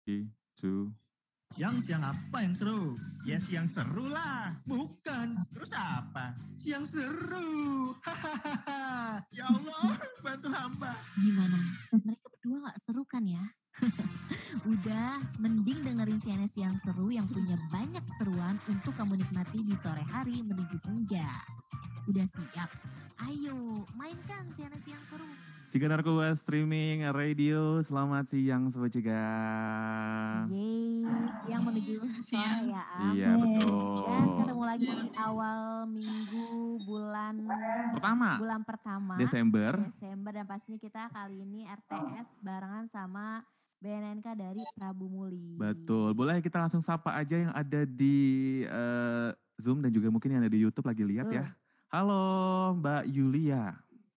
Three, two. Siang apa yang seru? Ya siang seru lah. Bukan. Terus apa? Siang seru. Hahaha. Ya Allah, bantu hamba. Gimana? Mereka berdua gak seru kan ya? Udah, mending dengerin CNS yang seru yang punya banyak seruan untuk kamu nikmati di sore hari menuju senja. Udah siap? Ayo, mainkan CNS yang seru. Ciga Narkoba Streaming Radio, selamat siang Sobat Ciga. Yeay, siang menuju sore ya, Am. Iya, betul. Dan ketemu lagi di awal minggu bulan pertama Desember. Dan pastinya kita kali ini RTS barengan sama BNNK dari Prabu Muli. Betul, boleh kita langsung sapa aja yang ada di Zoom dan juga mungkin yang ada di YouTube lagi lihat ya. Halo Mbak Yulia.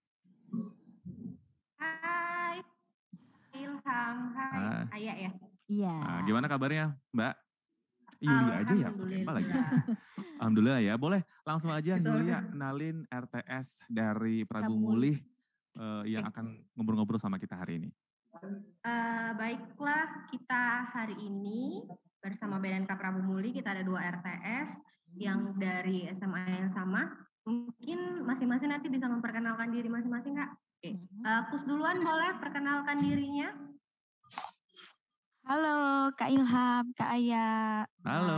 Hai, Ilham. Hai, Ayah ya. Iya. Nah, gimana kabarnya Mbak? Yulia aja ya, apa lagi? Alhamdulillah ya, boleh langsung aja Yulia kenalin RTS dari Prabu Muli yang akan ngobrol-ngobrol sama kita hari ini. Baiklah, kita hari ini bersama BNNK Prabu Muli, kita ada 2 RTS yang dari SMA yang sama. Mungkin masing-masing nanti bisa memperkenalkan diri masing-masing, Kak. Oke. Kus duluan boleh perkenalkan dirinya? Halo, Kak Ilham, Kak Aya. Halo.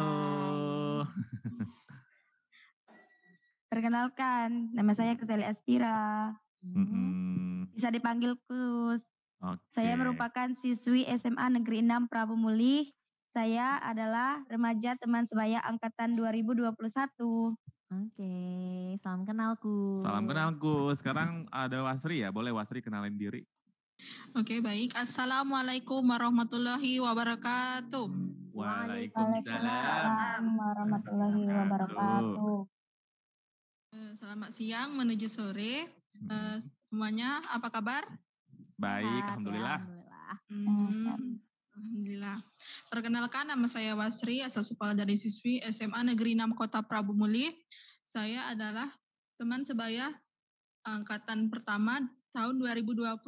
Perkenalkan, nama saya Kuseli Aspira. Bisa dipanggil Kus. Saya merupakan siswi SMA Negeri 6 Prabu Muli. Saya adalah remaja teman sebaya angkatan 2021. Oke, salam kenal Kus. Salam kenal Kus. Sekarang ada Wasri ya, boleh Wasri kenalin diri. Oke, baik. Assalamualaikum warahmatullahi wabarakatuh. Waalaikumsalam warahmatullahi wabarakatuh. Selamat siang menuju sore. Semuanya apa kabar? Baik, alhamdulillah. Alhamdulillah. Perkenalkan, nama saya Wasri, asal sekolah dari siswi SMA Negeri 6 Kota Prabu Muli. Saya adalah teman sebaya angkatan pertama tahun 2021.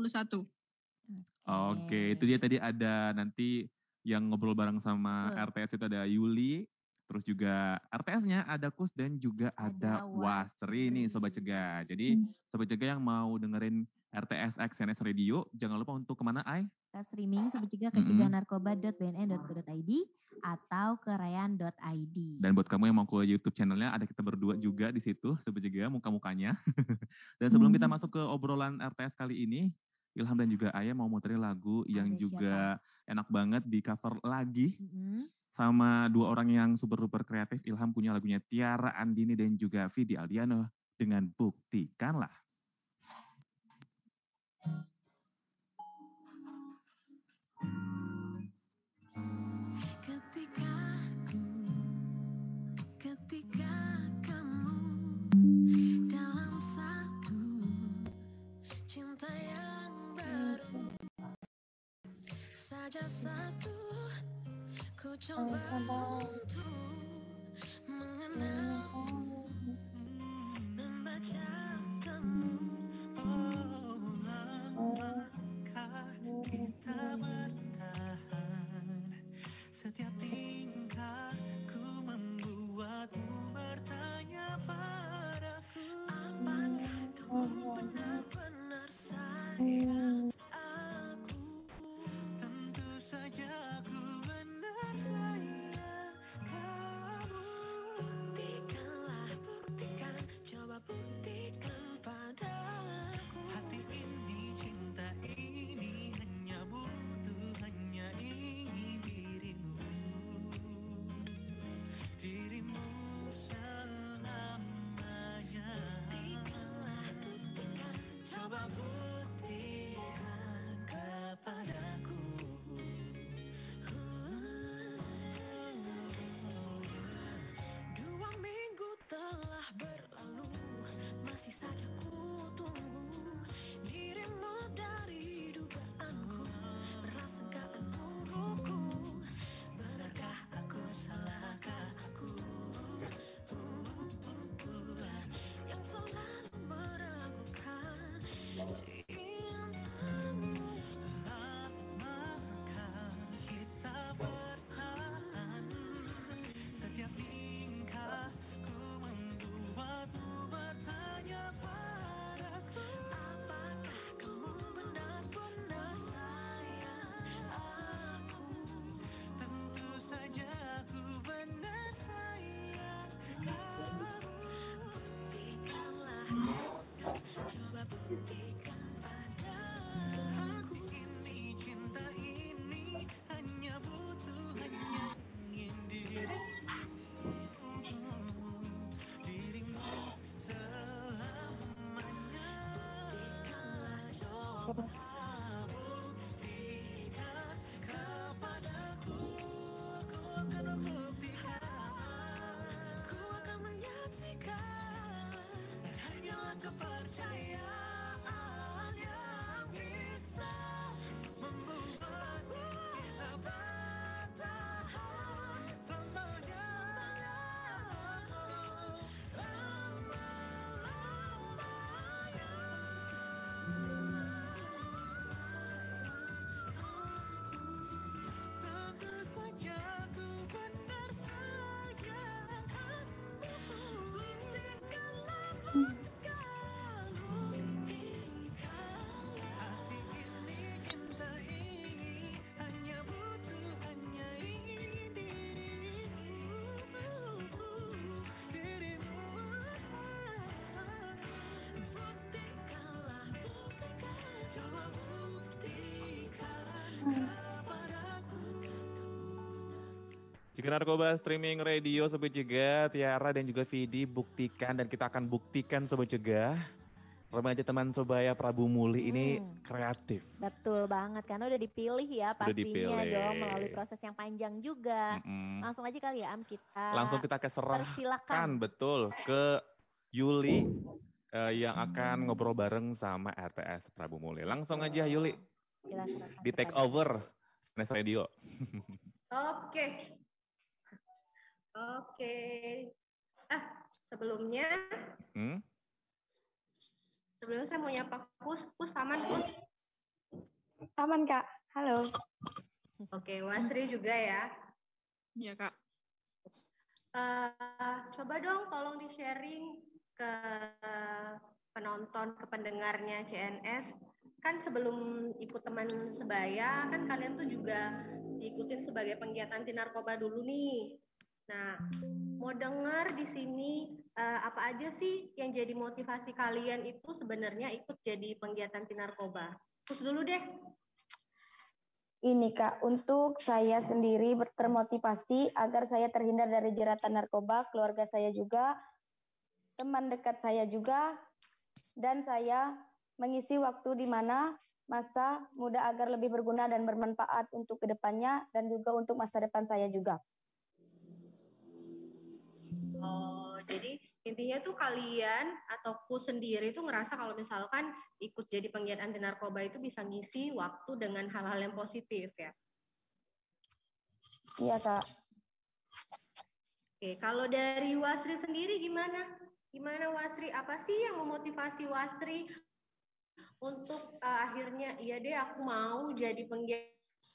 Oke, itu dia tadi ada nanti yang ngobrol bareng sama RTS itu ada Yuli, terus juga RTS-nya ada Kus dan juga ada Wasri nih Sobat Cegah. Jadi Sobat Cegah yang mau dengerin RTS X CNS Radio, jangan lupa untuk kemana, Ay? Kita streaming Sobat Cegah ke cegahnarkoba.bnn.co.id atau ke rayan.id. Dan buat kamu yang mau ke YouTube channelnya, ada kita berdua juga di situ, Sobat Cegah, muka-mukanya. Dan sebelum kita masuk ke obrolan RTS kali ini, Ilham dan juga Ayah mau muterin lagu yang juga enak banget di cover lagi sama 2 orang yang super-duper kreatif. Ilham punya lagunya Tiara Andini dan juga Vidi Aldiano dengan Buktikanlah. Ketika kamu dalam satu cinta yang baru saja satu, ku coba untuk mengenalmu, membaca kamu. Oh, langkah kita bertahan, setiap tingkahku membuatmu bertanya padaku, apakah kamu benar-benar sayang aku? Tentu saja ku benar sayang kamu. Buktikanlah, buktikan, coba buktikan padaku. Hati ini, cinta ini hanya butuh, hanya ingin dirimu, dirimu selamanya. Buktikanlah, buktikan, coba buktikan kepadaku. 2 minggu telah berlalu, masih saja ku tunggu dirimu dari dugaanku, perasaan burukku. Benarkah aku, salahkah aku yang selalu meragukan cintamu? Lamankah kita Jika Narkoba Streaming Radio Sobat Cegah, Tiara dan juga Vidi buktikan dan kita akan buktikan Sobat Cegah. Remaja teman Sobaya Prabu Muli ini kreatif. Betul banget, karena udah dipilih ya Udah pastinya dipilih. dong melalui proses yang panjang juga. Langsung aja kali ya Am kita. Langsung kita keserahkan persilakan. betul ke Yuli yang akan ngobrol bareng sama RTS Prabu Muli. Langsung aja Yuli. Di take over Nes Radio. Oke. Sebelumnya saya mau nyapa Kus aman Kus? Aman Kak, halo. Oke, Wasri juga ya? Iya Kak. Coba dong tolong di-sharing ke penonton, ke pendengarnya CNS. Kan sebelum ikut teman sebaya, kan kalian tuh juga diikutin sebagai penggiat anti narkoba dulu nih. Nah, mau dengar di sini apa aja sih yang jadi motivasi kalian itu sebenarnya ikut jadi penggiat anti narkoba? Terus dulu deh. Ini Kak, untuk saya sendiri termotivasi agar saya terhindar dari jeratan narkoba, keluarga saya juga, teman dekat saya juga, dan saya mengisi waktu di mana masa muda agar lebih berguna dan bermanfaat untuk kedepannya dan juga untuk masa depan saya juga. Oh, jadi intinya tuh kalian atau Ku sendiri tuh ngerasa kalau misalkan ikut jadi penggiat anti narkoba itu bisa ngisi waktu dengan hal-hal yang positif ya? Iya Kak. Oke, kalau dari Wasri sendiri gimana? Gimana Wasri? Apa sih yang memotivasi Wasri untuk akhirnya iya deh aku mau jadi penggiat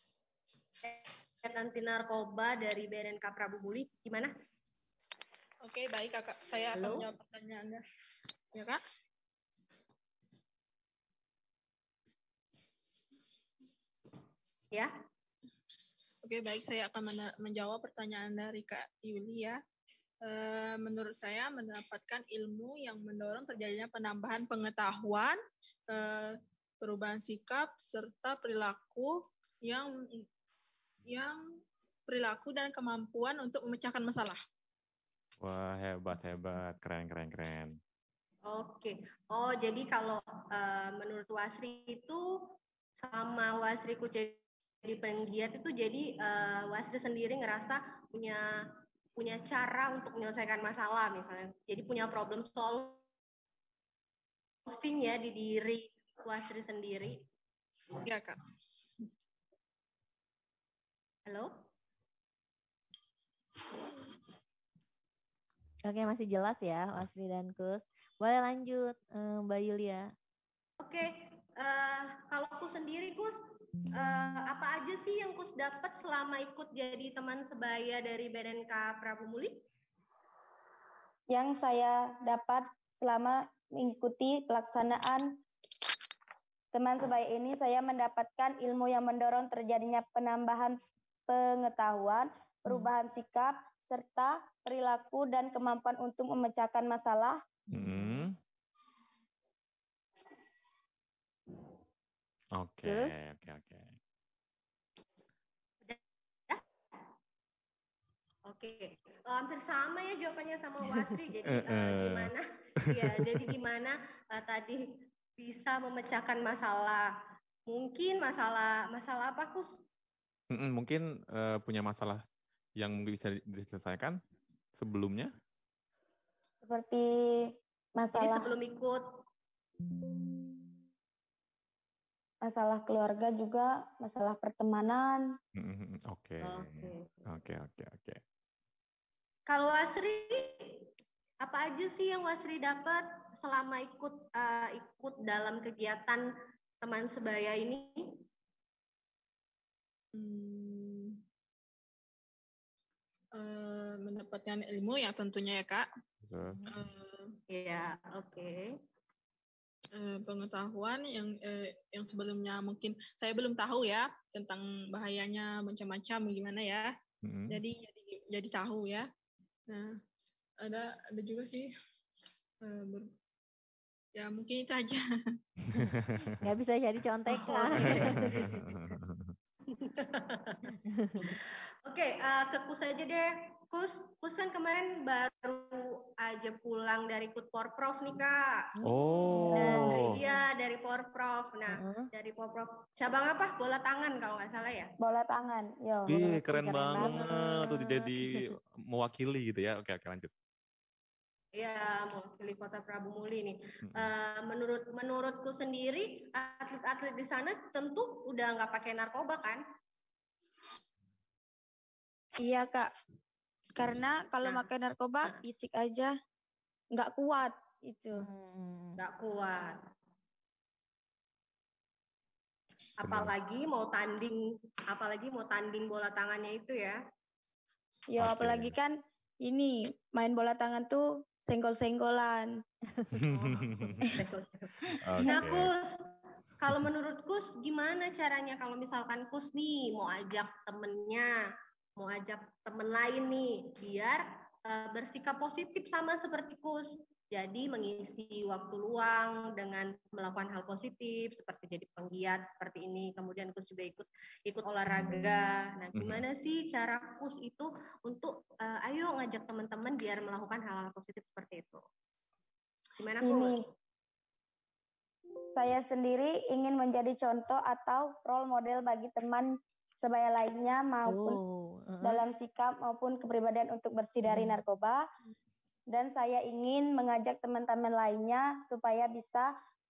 anti narkoba dari BNNK Prabu Muli? Gimana? Oke, baik Kakak. Saya akan menjawab pertanyaannya. Ya Kak? Ya. Oke, baik. Saya akan menjawab pertanyaan dari Kak Yuli ya. Menurut saya mendapatkan ilmu yang mendorong terjadinya penambahan pengetahuan, perubahan sikap, serta perilaku yang perilaku dan kemampuan untuk memecahkan masalah. Wah, hebat. Keren. Oke. Oh, jadi kalau menurut Wasri itu sama Wasri ku jadi penggiat itu jadi Wasri sendiri ngerasa punya cara untuk menyelesaikan masalah misalnya. Jadi punya problem solving ya di diri Wasri sendiri. Iya, Kak. Halo? Oke, masih jelas ya Wasri dan Kus. Boleh lanjut Mbak Yulia. Oke, kalau Kus sendiri Kus, apa aja sih yang Kus dapat selama ikut jadi teman sebaya dari BNNK Prabu Muli? Yang saya dapat selama mengikuti pelaksanaan teman sebaya ini, saya mendapatkan ilmu yang mendorong terjadinya penambahan pengetahuan, perubahan sikap, serta perilaku dan kemampuan untuk memecahkan masalah. Oke. Oke, hampir sama ya jawabannya sama Wasri. Jadi gimana? Ya, jadi gimana tadi bisa memecahkan masalah? Mungkin masalah apa, Kus? Mungkin punya masalah yang bisa diselesaikan sebelumnya? Seperti masalah. Jadi sebelum ikut. Masalah keluarga juga, masalah pertemanan. Oke. Kalau Wasri, apa aja sih yang Wasri dapat selama ikut dalam kegiatan teman sebaya ini? Mendapatkan ilmu ya tentunya ya Kak. Iya, oke. Pengetahuan yang sebelumnya mungkin saya belum tahu ya tentang bahayanya macam-macam gimana ya. Jadi tahu ya. Nah, ada juga sih ya mungkin itu aja. Nggak bisa jadi contekan. Oke, ke Kus aja deh. Kus kan kemarin baru aja pulang dari Kut Porprov nih Kak. Oh. Iya, dari Porprov. Nah, dari Porprov cabang apa? Bola tangan kalau nggak salah ya. Bola tangan, yo. Ih, keren banget tuh di mewakili gitu ya. Oke, lanjut. Iya, mewakili Kota Prabu Muli nih. Menurutku sendiri, atlet-atlet di sana tentu udah nggak pakai narkoba kan? Iya Kak, karena kalau pakai narkoba fisik aja nggak kuat itu. Nggak kuat. Apalagi mau tanding bola tangannya itu ya. Ya apalagi kan ini main bola tangan tuh senggol-senggolan. Nah Kus, kalau menurut Kus gimana caranya kalau misalkan Kus nih mau ajak temennya, mau ajak temen lain nih biar bersikap positif sama seperti Kus. Jadi mengisi waktu luang dengan melakukan hal positif seperti jadi penggiat seperti ini. Kemudian Kus juga ikut olahraga. Nah, gimana sih cara Kus itu untuk ayo ngajak teman-teman biar melakukan hal-hal positif seperti itu? Gimana Kus? Saya sendiri ingin menjadi contoh atau role model bagi teman sebaya lainnya maupun dalam sikap maupun kepribadian untuk bersih dari narkoba. Dan saya ingin mengajak teman-teman lainnya supaya bisa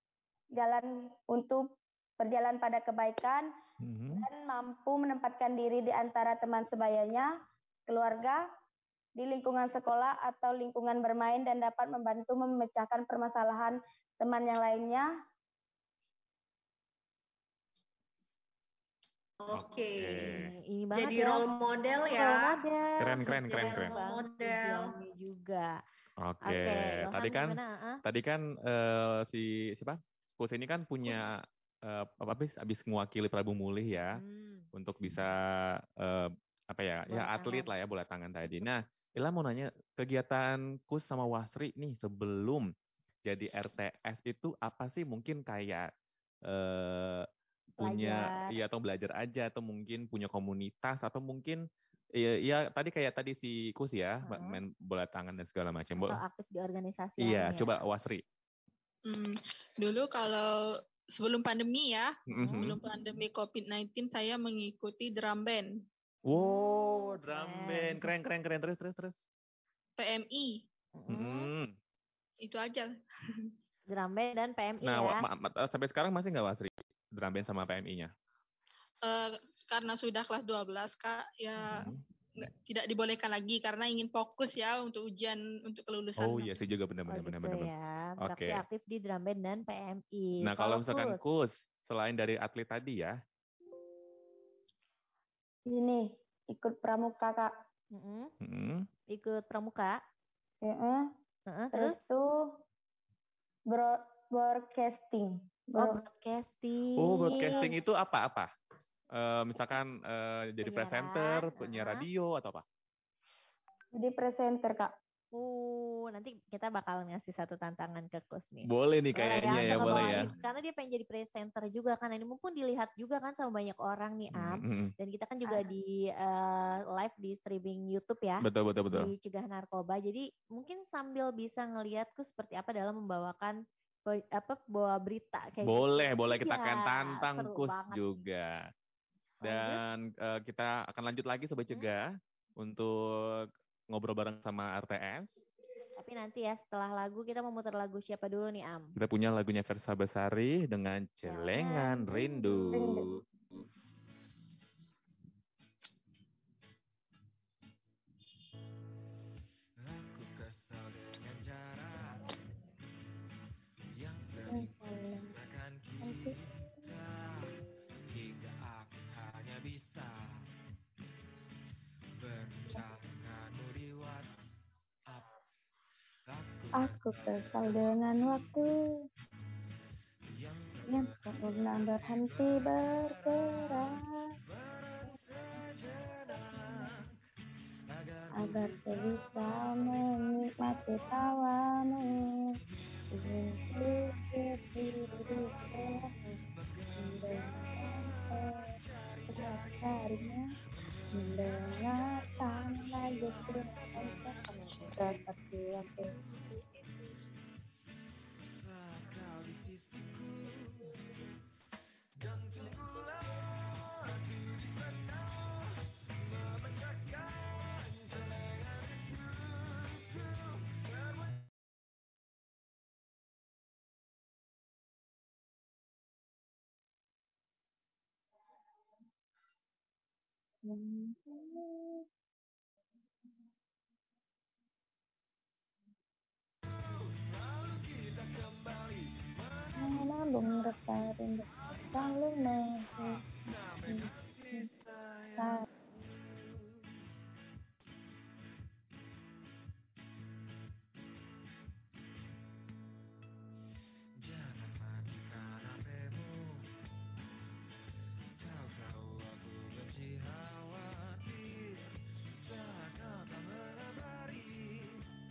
berjalan pada kebaikan dan mampu menempatkan diri di antara teman sebayanya, keluarga, di lingkungan sekolah atau lingkungan bermain dan dapat membantu memecahkan permasalahan teman yang lainnya. Oke. Ini banget jadi ya. Role model ya. Role model. Keren. Role model juga. Oke. Tadi kan si siapa? Kus ini kan punya habis mewakili Prabu Muli ya untuk bisa atlet lah ya bola tangan tadi. Nah, Ila mau nanya kegiatan Kus sama Wasri nih sebelum jadi RTS itu apa sih mungkin kayak punya atau belajar aja atau mungkin punya komunitas atau mungkin tadi si Kus ya main bola tangan dan segala macam. Atau aktif di organisasi. Iya, coba Wasri. Dulu kalau sebelum pandemi ya, sebelum pandemi COVID-19 saya mengikuti drum band. Wow, drum band keren terus. PMI. Itu aja. Drum band dan PMI ya. Sampai sekarang masih nggak Wasri drum band sama PMI-nya? Karena sudah kelas 12 Kak, ya tidak dibolehkan lagi karena ingin fokus ya untuk ujian untuk kelulusan. Oh iya sih juga benar. Ya. Berarti aktif di drum band dan PMI. Nah kalau misalkan Kus selain dari atlet tadi ya? Ini ikut pramuka Kak. Ikut pramuka? Terus tuh broadcasting. Broadcasting itu apa? Misalkan jadi presenter, penyiar radio atau apa? Jadi presenter Kak. Nanti kita bakal ngasih satu tantangan ke Kus nih. Boleh nih kayaknya ya, boleh ya. Karena dia pengen jadi presenter juga kan. Ini mumpun dilihat juga kan sama banyak orang nih Dan kita kan juga di live di streaming YouTube ya. Betul. Di Cegah Narkoba. Jadi mungkin sambil bisa ngelihat Kus seperti apa dalam membawakan bawa berita kayak boleh kita akan tantang Kus juga. Dan kita akan lanjut lagi Sobat Cegah untuk ngobrol bareng sama RTS. Tapi nanti ya setelah lagu kita mau muter lagu siapa dulu nih Kita punya lagunya Versa Besari dengan Celengan Rindu. Aku kesal dengan jarak yang sering memisahkan kita, hingga aku hanya bisa berbincang denganmu di WhatsApp. Aku Aku kesal dengan waktu yang tak pernah berhenti bergerak, agar saya bisa menikmati tawamu. Ingin pikir diri setiap harinya, mendengarkan lagu seperti waktu. Menabung rasa rindu selalu Jangan matikan HP-mu. Kau tahu aku benci khawatir saat kau tak menabari.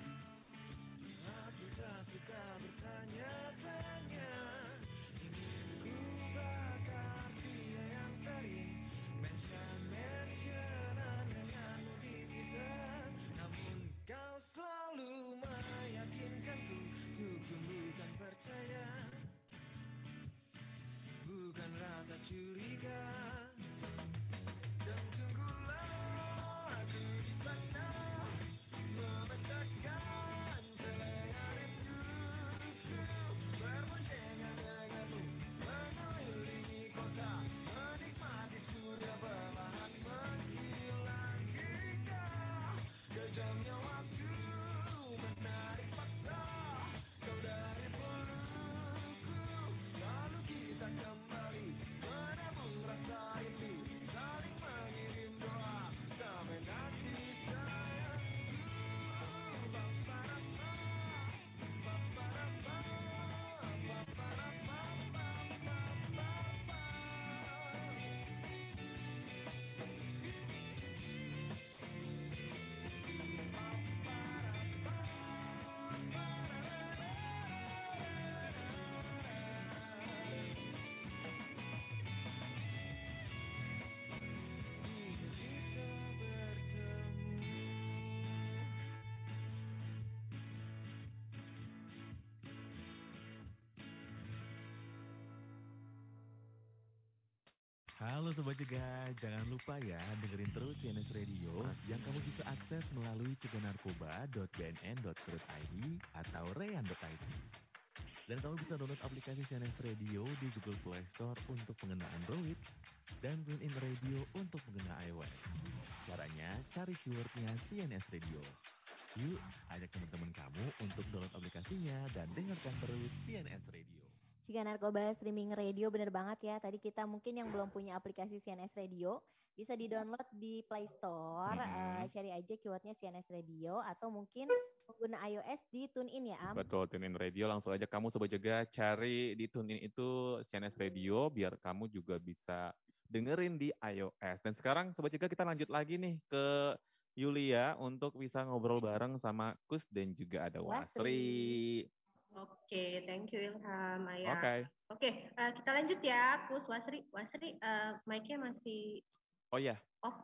Aku tak suka bertanya-tanya. Ingin ku bakar dia yang sering mention-mentionan denganmu di Twitter. Namun kau selalu meyakinkanku untuk tumbuhkan percaya, bukan rasa curiga. Dan tunggulah aku di sana, memecahkan celengan rinduku, berboncengan denganmu, mengelilingi kota, menikmati surya perlahan menghilang hingga kejamnya waktu menarik paksa kau dari pelukku. Lalu kita kembali menabung rasa rindu, saling mengirim doa sampai nanti sayangku. Ba-ba-da-ba, ba-ba-da-ba, jika kita bertemu. Halo Sobat Cegah, jangan lupa ya dengerin terus CNS Radio yang kamu bisa akses melalui ceganarkoba.bnn.co.id atau rean.id. Dan kamu bisa download aplikasi CNS Radio di Google Play Store untuk pengguna Android dan TuneIn Radio untuk pengguna iOS. Caranya cari keywordnya CNS Radio. Yuk, ajak teman-teman kamu untuk download aplikasinya dan dengarkan terus CNS Radio. Jika Narkoba Streaming Radio, bener banget ya. Tadi kita mungkin yang belum punya aplikasi CNS Radio, bisa di-download di Play Store, cari aja keywordnya CNS Radio, atau mungkin pengguna iOS di TuneIn ya, Am? Betul, TuneIn Radio, langsung aja kamu Sobat Jaga cari di TuneIn itu CNS Radio, biar kamu juga bisa dengerin di iOS. Dan sekarang Sobat Jaga kita lanjut lagi nih ke Yulia untuk bisa ngobrol bareng sama Kus dan juga ada Wasri. Oke, thank you Ilham, Ayah. Oke. Oke, kita lanjut ya, Kus, Wasri. Wasri, mic-nya masih Oh iya. off.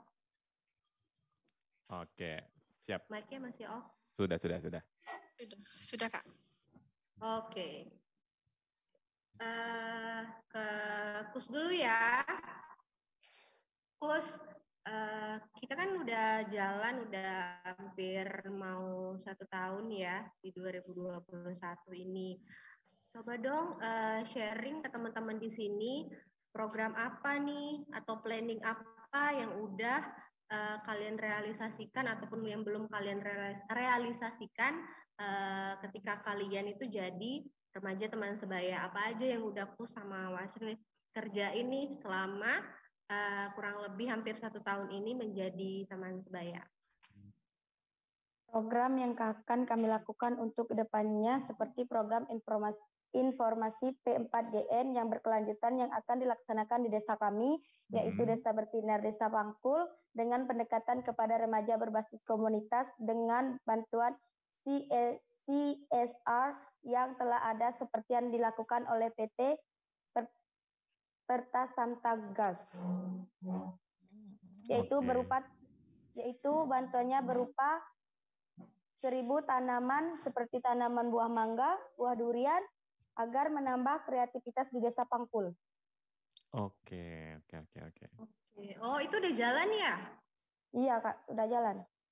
Oke, siap. Mic-nya masih off. Sudah. Sudah Kak. Oke. Ke Kus dulu ya. Kus, kita kan udah jalan, udah hampir mau 1 tahun ya di 2021 ini. Coba dong sharing ke teman-teman di sini, program apa nih atau planning apa yang udah kalian realisasikan ataupun yang belum kalian realisasikan ketika kalian itu jadi remaja teman sebaya. Apa aja yang udah Kus sama Wasri kerjain nih selama kurang lebih hampir 1 tahun ini menjadi teman sebaya. Program yang akan kami lakukan untuk kedepannya seperti program informasi P4GN yang berkelanjutan yang akan dilaksanakan di desa kami, yaitu Desa Bersinar Desa Pangkul, dengan pendekatan kepada remaja berbasis komunitas dengan bantuan CSR yang telah ada seperti yang dilakukan oleh PT Pertasantagas, yaitu bantuannya berupa 1.000 tanaman seperti tanaman buah mangga, buah durian, agar menambah kreativitas di Desa Pangkul. Oke. Oh, itu udah jalan ya? Iya, Kak, sudah jalan.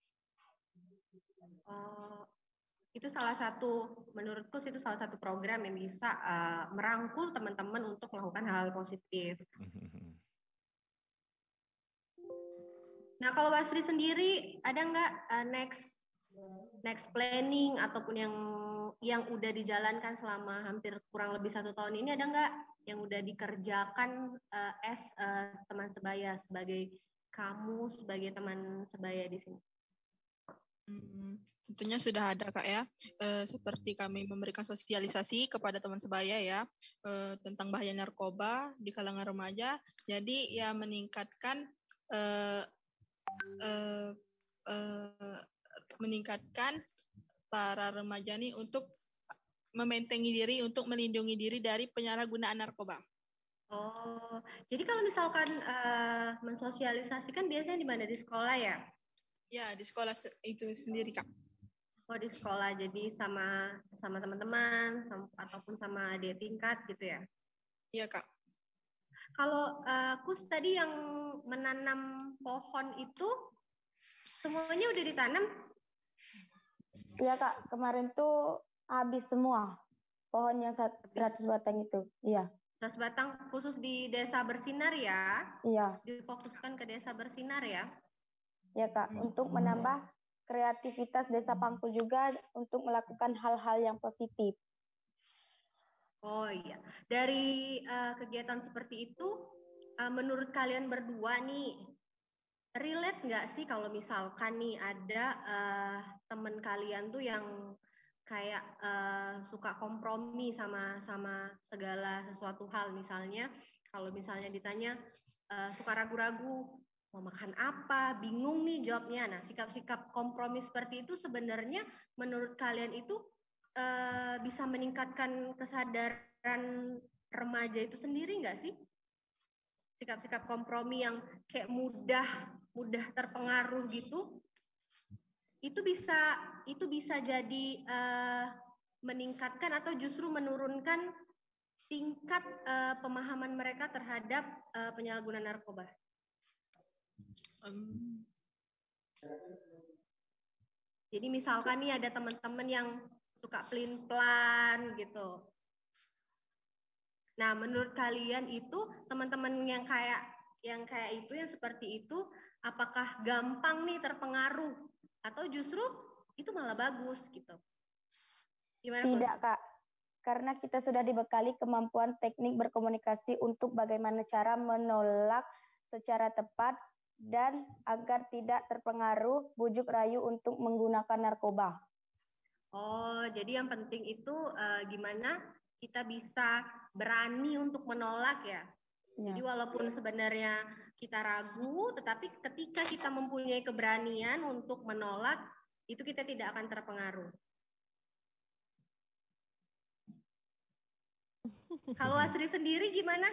Itu menurutku itu salah satu program yang bisa merangkul teman-teman untuk melakukan hal positif. Nah, kalau Basri sendiri ada nggak next planning ataupun yang udah dijalankan selama hampir kurang lebih 1 tahun ini, ada nggak yang udah dikerjakan teman sebaya, sebagai kamu sebagai teman sebaya di sini? Tentunya sudah ada, Kak, ya. Seperti kami memberikan sosialisasi kepada teman sebaya ya tentang bahaya narkoba di kalangan remaja. Jadi ya meningkatkan para remaja ini untuk membentengi diri, untuk melindungi diri dari penyalahgunaan narkoba. Oh, jadi kalau misalkan mensosialisasikan biasanya di mana? Di sekolah ya? Ya, di sekolah itu sendiri, Kak. Oh, di sekolah, jadi sama teman-teman ataupun sama adik tingkat gitu ya? Iya, Kak. Kalau Kus tadi yang menanam pohon itu semuanya udah ditanam? Iya, Kak, kemarin tuh habis semua pohon yang 100 batang itu. Iya. 100 batang khusus di Desa Bersinar ya? Iya. Difokuskan ke Desa Bersinar ya? Ya, Kak, untuk menambah kreativitas Desa Pangkul juga untuk melakukan hal-hal yang positif. Oh iya, dari kegiatan seperti itu, menurut kalian berdua nih, relate nggak sih kalau misalkan nih ada temen kalian tuh yang kayak suka kompromi sama segala sesuatu hal, misalnya kalau misalnya ditanya suka ragu-ragu mau makan apa, bingung nih jawabnya. Nah, sikap-sikap kompromi seperti itu sebenarnya menurut kalian itu bisa meningkatkan kesadaran remaja itu sendiri nggak sih? Sikap-sikap kompromi yang kayak mudah terpengaruh gitu, itu bisa jadi meningkatkan atau justru menurunkan tingkat pemahaman mereka terhadap penyalahgunaan narkoba. Jadi misalkan nih ada teman-teman yang suka pelin-pelan gitu. Nah, menurut kalian itu teman-teman yang kayak itu, yang seperti itu, apakah gampang nih terpengaruh atau justru itu malah bagus gitu? Gimana, Tidak, Kak. Karena kita sudah dibekali kemampuan teknik berkomunikasi untuk bagaimana cara menolak secara tepat dan agar tidak terpengaruh bujuk rayu untuk menggunakan narkoba. Oh, jadi yang penting itu gimana kita bisa berani untuk menolak ya. Jadi walaupun sebenarnya kita ragu, tetapi ketika kita mempunyai keberanian untuk menolak, itu kita tidak akan terpengaruh. Kalau Asri sendiri gimana?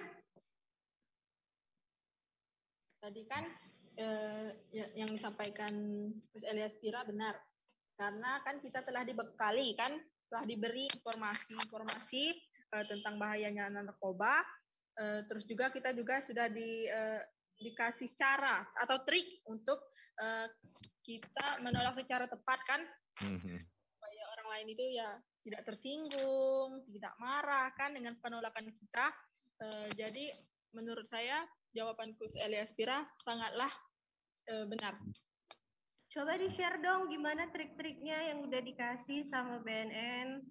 Tadi kan yang disampaikan Gus Eliaspira benar. Karena kan kita telah dibekali, kan telah diberi informasi tentang bahayanya narkoba. Terus juga kita juga sudah dikasih cara atau trik untuk kita menolak secara tepat, kan, supaya orang lain itu ya tidak tersinggung, tidak marah, kan, dengan penolakan kita. Jadi menurut saya jawaban Gus Eliaspira sangatlah benar. Coba di-share dong gimana trik-triknya yang udah dikasih sama BNN.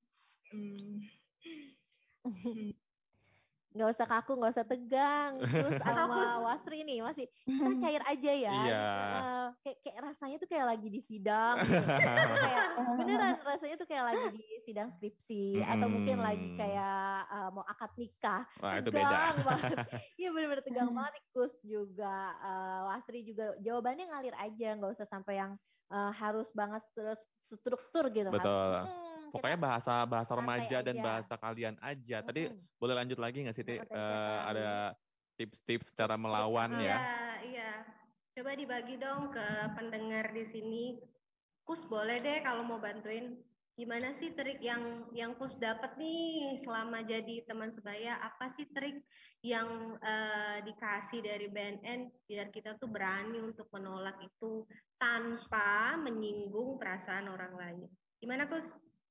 Nggak usah kaku, nggak usah tegang. Terus sama Wasri nih masih kita cair aja ya. Iya. Kayak rasanya tuh kayak lagi di sidang gitu. Kayak beneran rasanya tuh kayak lagi di sidang skripsi atau mungkin lagi kayak mau akad nikah. Wah, itu Tegang beda. banget. Iya bener-bener tegang banget. Kus juga, Wasri juga jawabannya ngalir aja, nggak usah sampai yang harus banget terus struktur gitu. Betul. Pokoknya bahasa santai remaja dan aja. bahasa kalian aja. Tadi boleh lanjut lagi nggak sih, Ti? Tadi siapa lagi? Ada tips-tips cara melawan ya? Iya. Coba dibagi dong ke pendengar di sini. Kus boleh deh kalau mau bantuin. Gimana sih trik yang Kus dapat nih selama jadi teman sebaya? Apa sih trik yang dikasih dari BNN biar kita tuh berani untuk menolak itu tanpa menyinggung perasaan orang lain? Gimana Kus?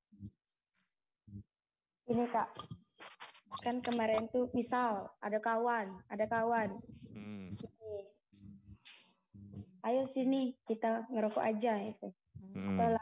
Ini Kak, kan kemarin tuh misal ada kawan. Sini. Ayo sini kita ngerokok aja itu. Tolak.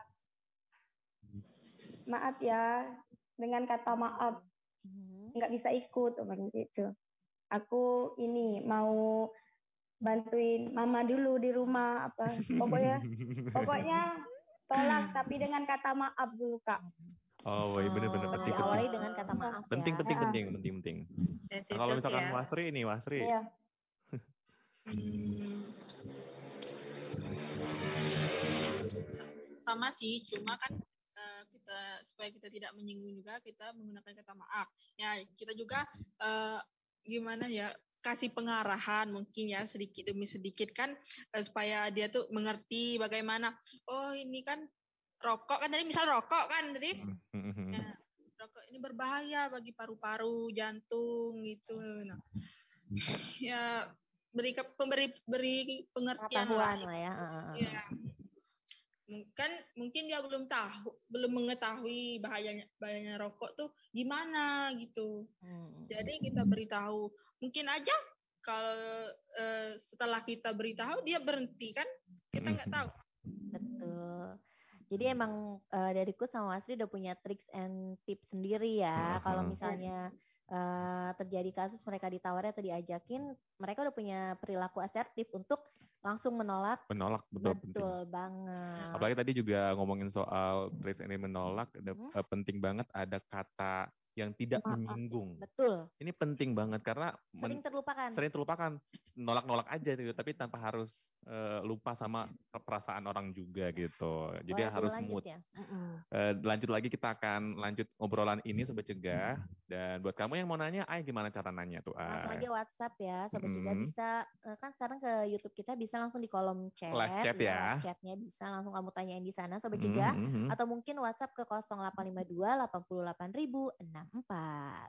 Maaf ya, dengan kata maaf nggak bisa ikut gitu. Aku ini mau bantuin mama dulu di rumah apa. Pokoknya tolak tapi dengan kata maaf dulu Kak. Oh, iya benar-benar penting. Diawali dengan kata maaf penting, ya. penting. Nah, kalau misalkan Wasri. Iya. Sama sih, cuma kan kita supaya kita tidak menyinggung juga kita menggunakan kata maaf. Ya, kita juga gimana ya, kasih pengarahan mungkin ya sedikit demi sedikit kan supaya dia tuh mengerti bagaimana. Oh, ini kan rokok kan tadi, misal rokok kan tadi. Ya, rokok ini berbahaya bagi paru-paru, jantung gitu. Nah, ya beri pengertian lah ya. Ya. Mungkin dia belum mengetahui bahayanya rokok tuh gimana gitu. Jadi kita beritahu. Mungkin aja kalau setelah kita beritahu dia berhenti kan, kita nggak tahu. Betul. Jadi emang dari Kus sama Wasri udah punya tricks and tips sendiri ya. Kalau misalnya terjadi kasus mereka ditawari atau diajakin, mereka udah punya perilaku asertif untuk langsung menolak. Betul banget. Apalagi tadi juga ngomongin soal tricks and menolak, penting banget ada kata yang tidak menyinggung. Betul. Ini penting banget karena sering terlupakan. Nolak-nolak aja gitu, tapi tanpa harus lupa sama perasaan orang juga gitu. Jadi harus mood. Ya? Lanjut lagi, kita akan lanjut obrolan ini Sobat Cegah. Dan buat kamu yang mau nanya, gimana cara nanya tuh? Langsung aja WhatsApp ya, Sobat Cegah bisa, kan sekarang ke YouTube kita bisa langsung di kolom chat. Live chat ya. Live chatnya bisa langsung kamu tanyain di sana Sobat Cegah. Atau mungkin WhatsApp ke 0852 88.064.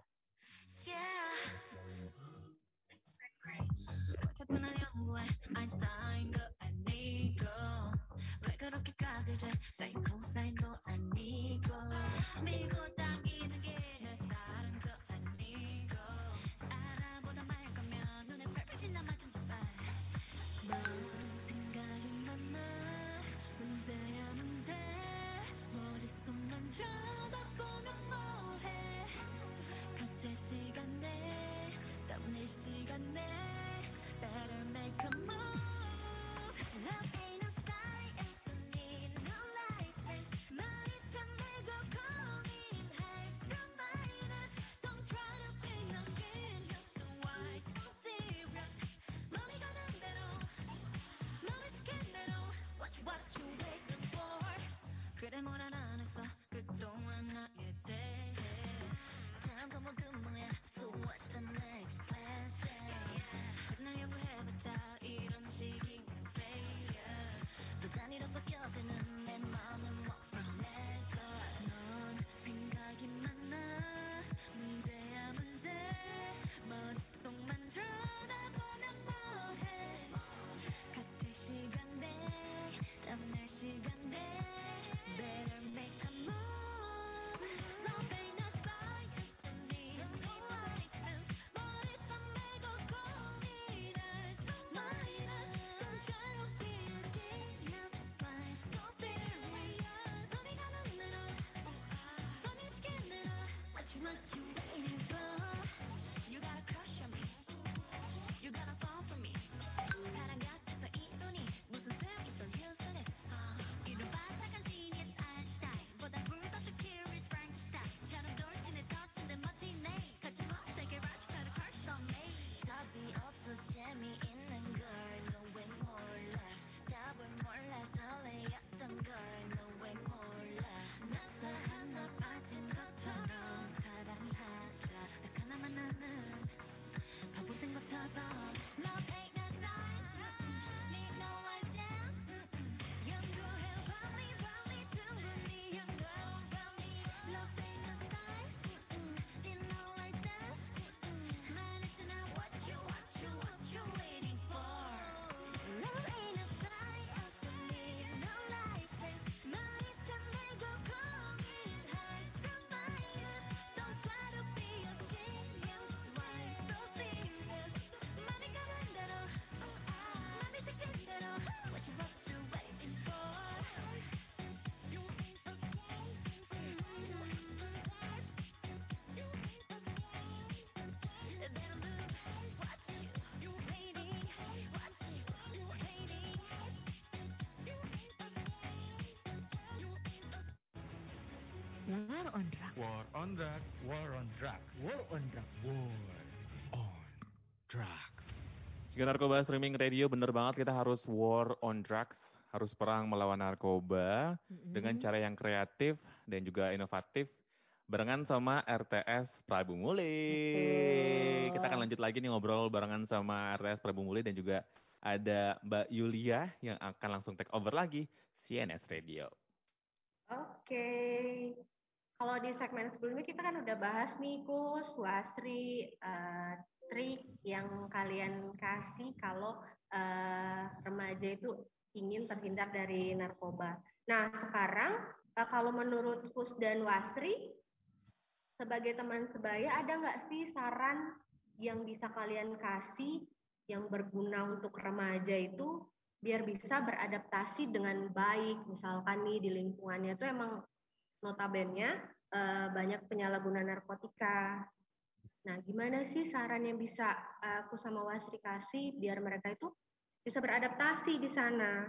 War on Drug. War on drug. War on drug. War on drug. War on drug. Jika narkoba streaming radio, bener banget kita harus war on drugs. Harus perang melawan narkoba dengan cara yang kreatif dan juga inovatif. Barengan sama RTS Prabu Muli. Kita akan lanjut lagi nih ngobrol barengan sama RTS Prabu Muli dan juga ada Mbak Yulia yang akan langsung take over lagi CNS Radio. Oke. Kalau di segmen sebelumnya kita kan udah bahas nih Kus, Wasri, trik yang kalian kasih kalau remaja itu ingin terhindar dari narkoba. Nah sekarang kalau menurut Kus dan Wasri, sebagai teman sebaya ada nggak sih saran yang bisa kalian kasih yang berguna untuk remaja itu biar bisa beradaptasi dengan baik, misalkan nih di lingkungannya itu emang notabene banyak penyalahguna narkotika. Nah, gimana sih saran yang bisa aku sama Wasri kasih biar mereka itu bisa beradaptasi di sana?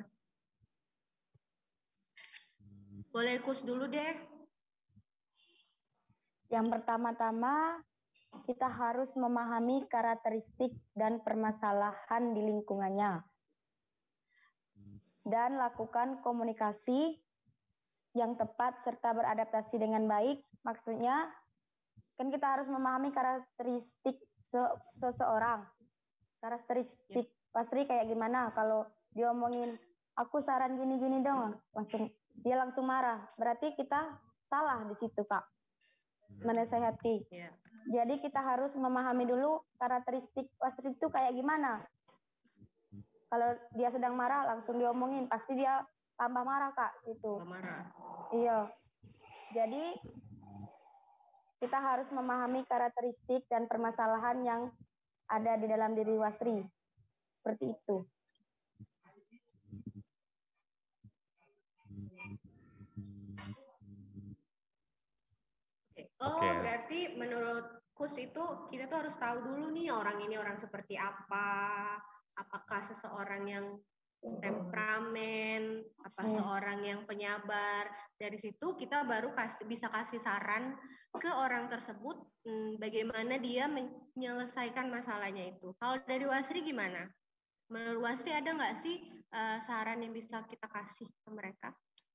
Boleh Kus dulu deh. Yang pertama-tama, kita harus memahami karakteristik dan permasalahan di lingkungannya. Dan lakukan komunikasi yang tepat serta beradaptasi dengan baik. Maksudnya, kan kita harus memahami karakteristik seseorang. Karakteristik Wasri kayak gimana? Kalau dia omongin, aku saran gini-gini dong, dia langsung marah. Berarti kita salah di situ, Kak. Menasehati. Jadi kita harus memahami dulu karakteristik Wasri itu kayak gimana. Kalau dia sedang marah, langsung diomongin, pasti dia tambah marah, Kak, gitu. Marah. Iya. Jadi kita harus memahami karakteristik dan permasalahan yang ada di dalam diri Wasri. Seperti itu. Oh, berarti menurut Kus itu kita tuh harus tahu dulu nih orang ini orang seperti apa. Apakah seseorang yang temperamen, apa seorang yang penyabar. Dari situ kita baru bisa kasih saran ke orang tersebut bagaimana dia menyelesaikan masalahnya itu. Kalau dari Wasri gimana? Menurut Wasri ada nggak sih saran yang bisa kita kasih ke mereka?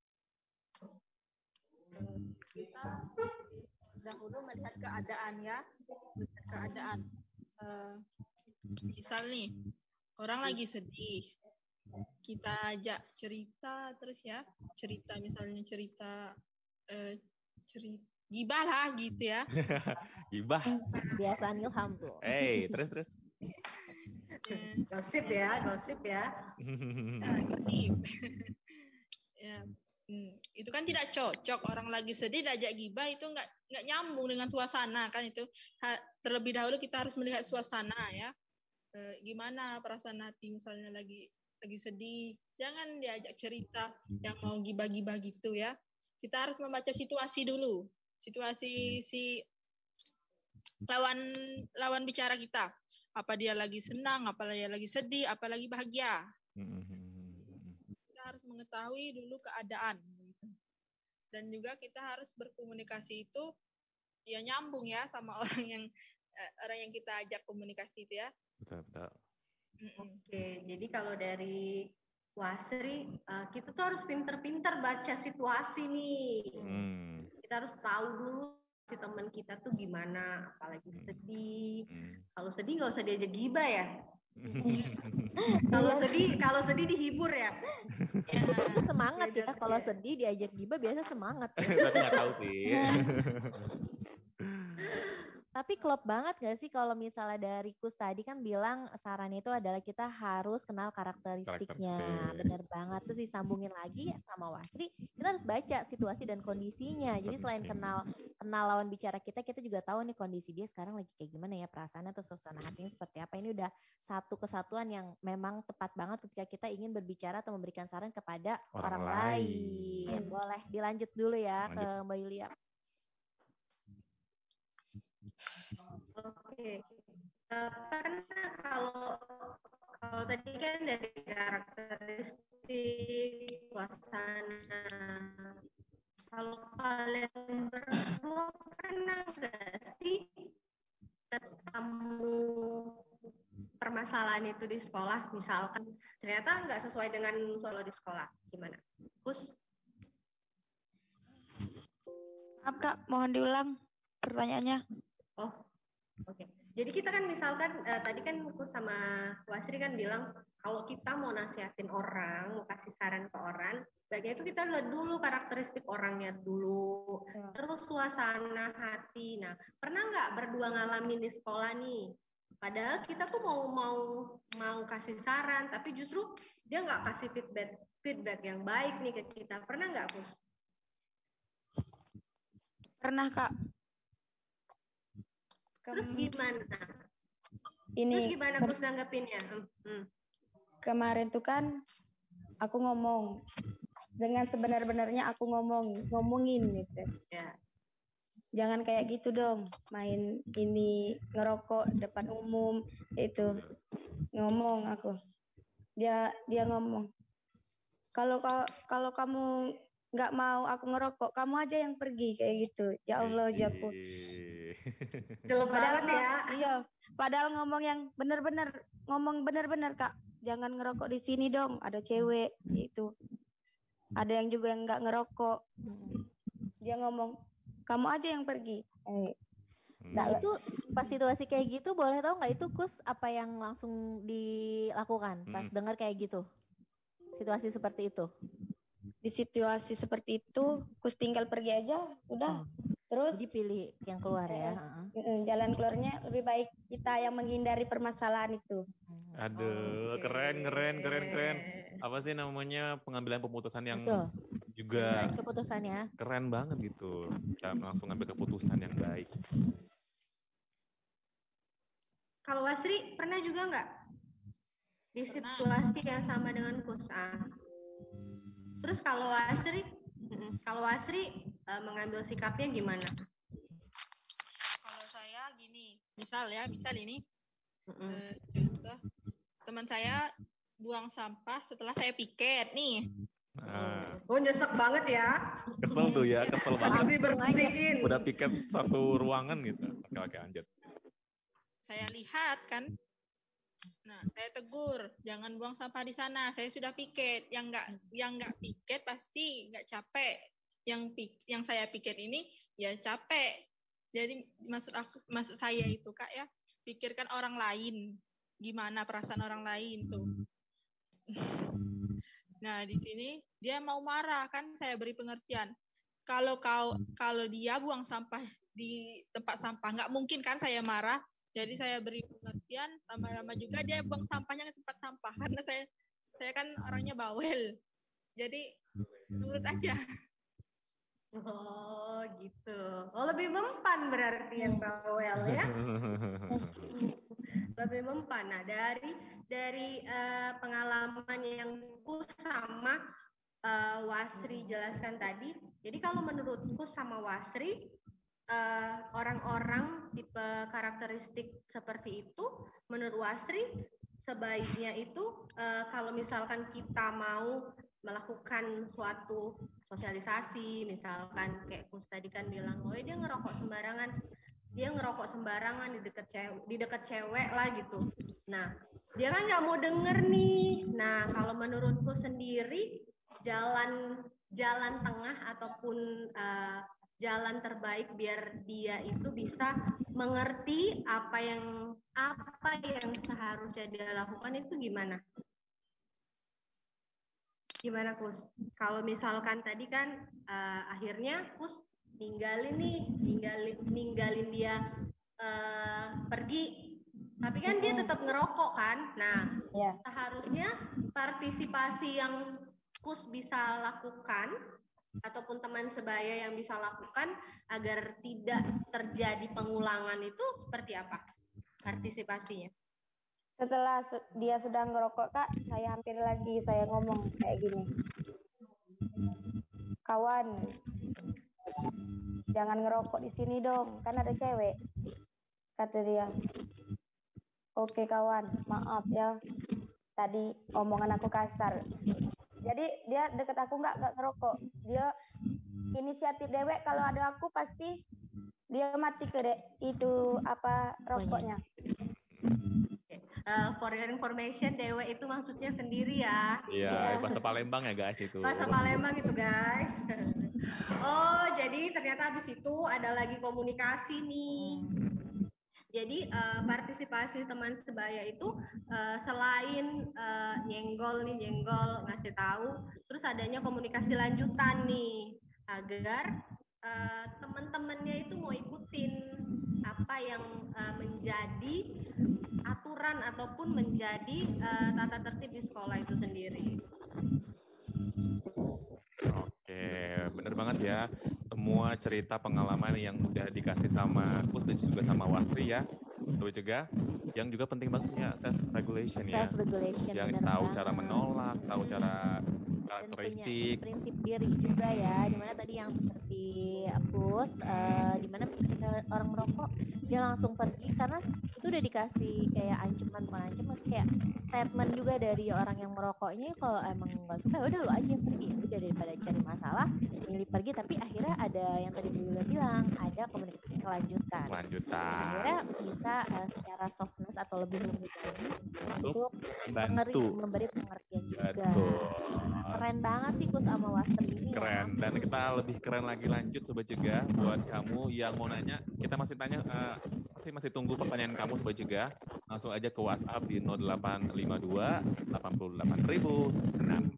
Kita dahulu melihat keadaan ya, melihat keadaan. Misal nih, orang lagi sedih, kita ajak cerita terus ya, misalnya cerita gibah lah gitu ya. Gibah. Kebiasaan Ilham tuh. Terus. Gosip ya. Gosip. Ya. Itu kan tidak cocok, orang lagi sedih diajak gibah itu nggak nyambung dengan suasana kan itu. Terlebih dahulu kita harus melihat suasana ya. Gimana perasaan hati misalnya lagi sedih, jangan diajak cerita yang mau gibah-gibah gitu ya. Kita harus membaca situasi dulu, situasi si lawan bicara kita. Apa dia lagi senang, apa dia lagi sedih, apa lagi bahagia. Kita harus mengetahui dulu keadaan. Dan juga kita harus berkomunikasi itu ya nyambung ya sama orang yang kita ajak komunikasi itu ya. Betul. Oke, jadi kalau dari Wasri, kita tuh harus pinter-pinter baca situasi nih. Kita harus tahu dulu si teman kita tuh gimana, apalagi sedih. Kalau sedih nggak usah diajak gibah ya. Kalau sedih dihibur ya. Semangat ya, kalau sedih diajak gibah biasa semangat. Tapi nggak tahu sih. Tapi klop banget gak sih kalau misalnya dari Kus tadi kan bilang sarannya itu adalah kita harus kenal karakteristiknya. Bener banget. Terus disambungin lagi sama Wasri, kita harus baca situasi dan kondisinya. Jadi selain kenal lawan bicara kita juga tahu nih kondisi dia sekarang lagi kayak gimana ya, perasaannya atau suasana hatinya seperti apa. Ini udah satu kesatuan yang memang tepat banget ketika kita ingin berbicara atau memberikan saran kepada orang lain. Boleh dilanjut dulu ya ke Mbak Yulia. Oke, karena kalau tadi kan dari karakteristik, suasana, Kalau kalian berdua pernah nggak sih ketemu permasalahan itu di sekolah, misalkan ternyata nggak sesuai dengan solo di sekolah, gimana? Kus? Maaf Kak, mohon diulang pertanyaannya. Oh, oke. Jadi kita kan misalkan tadi kan Kus sama Wasri kan bilang kalau kita mau nasihatin orang, mau kasih saran ke orang, baiknya itu kita lihat dulu karakteristik orangnya dulu, terus suasana hati. Nah, pernah nggak berdua ngalamin di sekolah nih? Padahal kita tuh mau kasih saran, tapi justru dia nggak kasih feedback yang baik nih ke kita. Pernah nggak, Kus? Pernah Kak. Terus gimana? Ini Terus gimana Kus nanggepinnya? Kemarin tuh kan aku ngomong dengan sebenar-benarnya aku ngomongin gitu. Ya. Jangan kayak gitu dong, main ini ngerokok depan umum itu. Ngomong aku. Dia ngomong. Kalau kamu nggak mau aku ngerokok, kamu aja yang pergi kayak gitu. Ya Allah, jawabku. Padahal ya. Iya, padahal ngomong bener-bener Kak. Jangan ngerokok di sini dong, ada cewek gitu. Ada yang juga yang nggak ngerokok. Dia ngomong, kamu aja yang pergi. Nah itu pas situasi kayak gitu boleh tahu nggak itu Kus apa yang langsung dilakukan pas dengar kayak gitu? Situasi seperti itu. Di situasi seperti itu, Kus tinggal pergi aja, udah. Terus dipilih yang keluar ya. Jalan keluarnya lebih baik kita yang menghindari permasalahan itu. Aduh, keren. Apa sih namanya pengambilan keputusan yang juga baik keputusannya. Keren banget gitu. Kita langsung ambil keputusan yang baik. Kalau Wasri pernah juga nggak di situasi yang sama dengan Kus? Terus kalau Wasri mengambil sikapnya gimana? Kalau saya gini, misal ini, contoh teman saya buang sampah setelah saya piket nih. Oh nyesek banget ya. Kesel tuh ya, kesel banget. Bersihin. Udah piket satu ruangan gitu. Oke, lanjut. Saya lihat kan. Nah, saya tegur, jangan buang sampah di sana. Saya sudah piket. Yang nggak piket pasti nggak capek. Yang saya piket ini ya capek. Jadi maksud saya itu Kak ya, pikirkan orang lain. Gimana perasaan orang lain tuh. Nah, di sini dia mau marah kan, saya beri pengertian. Kalau dia buang sampah di tempat sampah, nggak mungkin kan saya marah. Jadi saya beri pengertian, lama-lama juga dia buang sampahnya ke tempat sampah karena saya kan orangnya bawel. Jadi nurut aja. Oh, gitu. Oh, lebih mempan berarti yang bawel ya. Lebih mempan. Nah, dari pengalaman yang Kus sama Wasri jelaskan tadi, jadi kalau menurutku sama Wasri, orang-orang tipe karakteristik seperti itu, menurut Wasri, sebaiknya itu kalau misalkan kita mau melakukan suatu sosialisasi, misalkan kayak Kus tadi kan bilang, oh dia ngerokok sembarangan di dekat cewek lah gitu. Nah, dia kan nggak mau denger nih. Nah, kalau menurutku sendiri jalan tengah ataupun jalan terbaik biar dia itu bisa mengerti apa yang seharusnya dia lakukan itu gimana? Gimana Kus? Kalau misalkan tadi kan akhirnya Kus ninggalin dia pergi, tapi kan dia tetap ngerokok kan. Nah, seharusnya partisipasi yang Kus bisa lakukan ataupun teman sebaya yang bisa lakukan agar tidak terjadi pengulangan itu seperti apa partisipasinya? Setelah dia sudah ngerokok Kak, saya hampir lagi, saya ngomong kayak gini. Kawan, jangan ngerokok di sini dong, kan ada cewek. Kata dia. Oke kawan, maaf ya. Tadi omongan aku kasar. Jadi dia deket aku nggak ngerokok. Dia inisiatif dewek kalau ada aku pasti dia mati ke dek itu apa rokoknya. For your information, dewe itu maksudnya sendiri ya. Iya, bahasa Palembang ya guys itu. Bahasa Palembang itu guys. Oh, jadi ternyata habis itu ada lagi komunikasi nih. Jadi partisipasi teman sebaya itu selain nyenggol ngasih tahu, terus adanya komunikasi lanjutan nih agar teman-temannya itu mau ikutin apa yang menjadi aturan ataupun menjadi tata tertib di sekolah itu sendiri. Oke, bener banget ya. Semua cerita pengalaman yang udah dikasih sama Kus dan juga sama Wasri ya. Terus juga yang juga penting banget punya self regulation ya. Self-regulation, Yang bener tahu banget. cara menolak, tahu cara Dan punya karakteristik. prinsip diri juga ya, dimana tadi yang seperti Pus, dimana ketika orang merokok dia langsung pergi karena itu udah dikasih kayak ancaman, bukan ancaman, kayak statement juga dari orang yang merokoknya, kalau emang nggak suka ya udah lu aja yang pergi, ya udah daripada cari masalah milih pergi. Tapi akhirnya ada yang tadi Bu Yula bilang, ada komunikasi kelanjutan. Akhirnya bisa secara softness atau lebih lembut lagi untuk memberi pengertian juga. Betul. Keren banget sih Kus sama Wasri ini ya. Keren, dan kita lebih keren lagi lanjut Sobat Juga. Buat kamu yang mau nanya, kita masih tanya, masih tunggu pertanyaan kamu Sobat Juga. Langsung aja ke WhatsApp di 0852 88.000.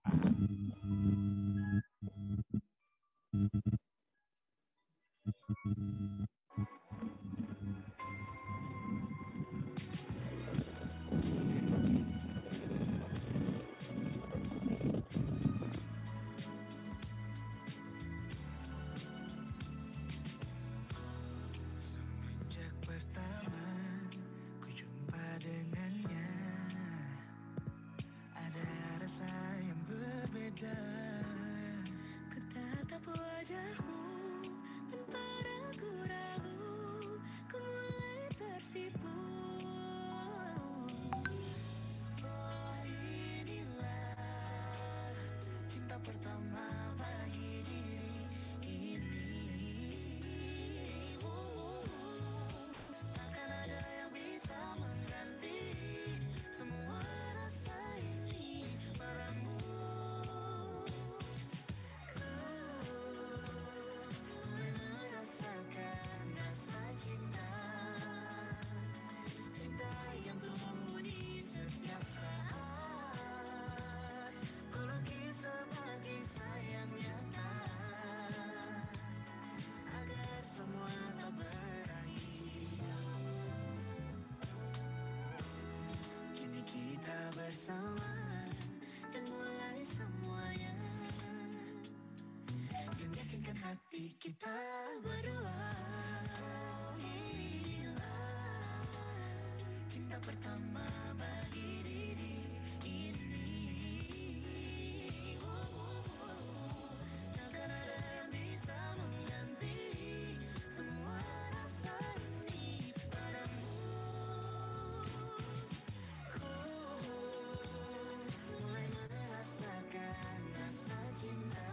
Semenjak pertama ku jumpa dengannya, ada rasa yang berbeda. Ku tatap wajahmu tanpa ragu-ragu, ku mulai tersipu. Oh, inilah cinta pertama bagi diri ini. Takkan ada yang bisa mengganti semua rasa ini padamu. Ku mulai merasakan rasa cinta, cinta yang tumbuh di setiap saat. Ku lukis sebagai sayang nyata agar semua tak berakhir. Kini kita bersama dan mulai semuanya, yang yakinkan hati kita berdua. Inilah cinta pertama bagi diri ini. Takkan ada yang bisa mengganti semua rasa ini padamu. Ku mulai merasakan rasa cinta,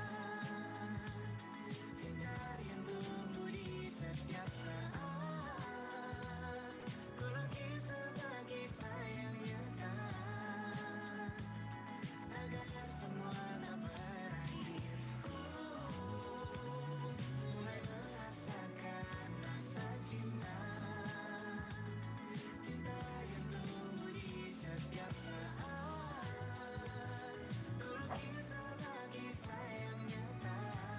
cinta yang tumbuh di setiap saat. Ku lukis sebagai sayang nyata agar semua tak berakhir. Ku mulai merasakan rasa cinta, cinta yang tumbuh di setiap saat. Ku lukis sebagai sayang nyata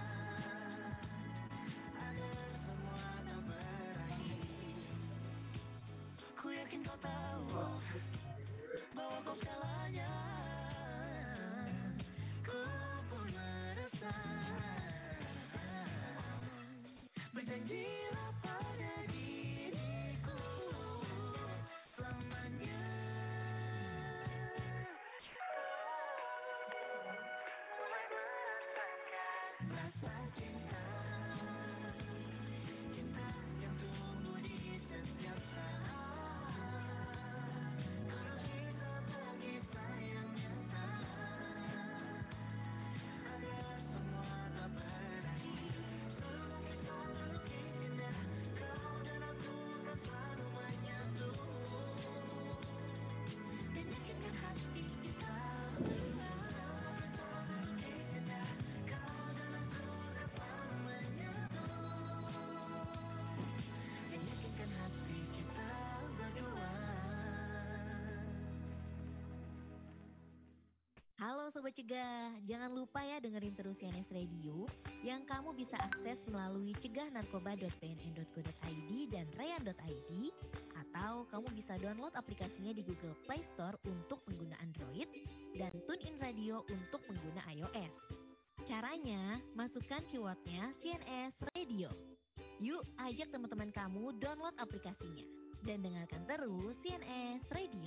agar semua tak berakhir. Ku yakin kau tahu bahwa kau segalanya. Ku pun merasa. Berjanjilah pada diriku selamanya. Mulai merasakan rasa cinta, cinta yang tumbuh di setiap saat. Ku Sobat Cegah, jangan lupa ya dengerin terus CNS Radio yang kamu bisa akses melalui cegahnarkoba.pnn.go.id dan rayan.id, atau kamu bisa download aplikasinya di Google Play Store untuk pengguna Android dan TuneIn Radio untuk pengguna iOS. Caranya, masukkan keywordnya CNS Radio. Yuk ajak teman-teman kamu download aplikasinya dan dengarkan terus CNS Radio.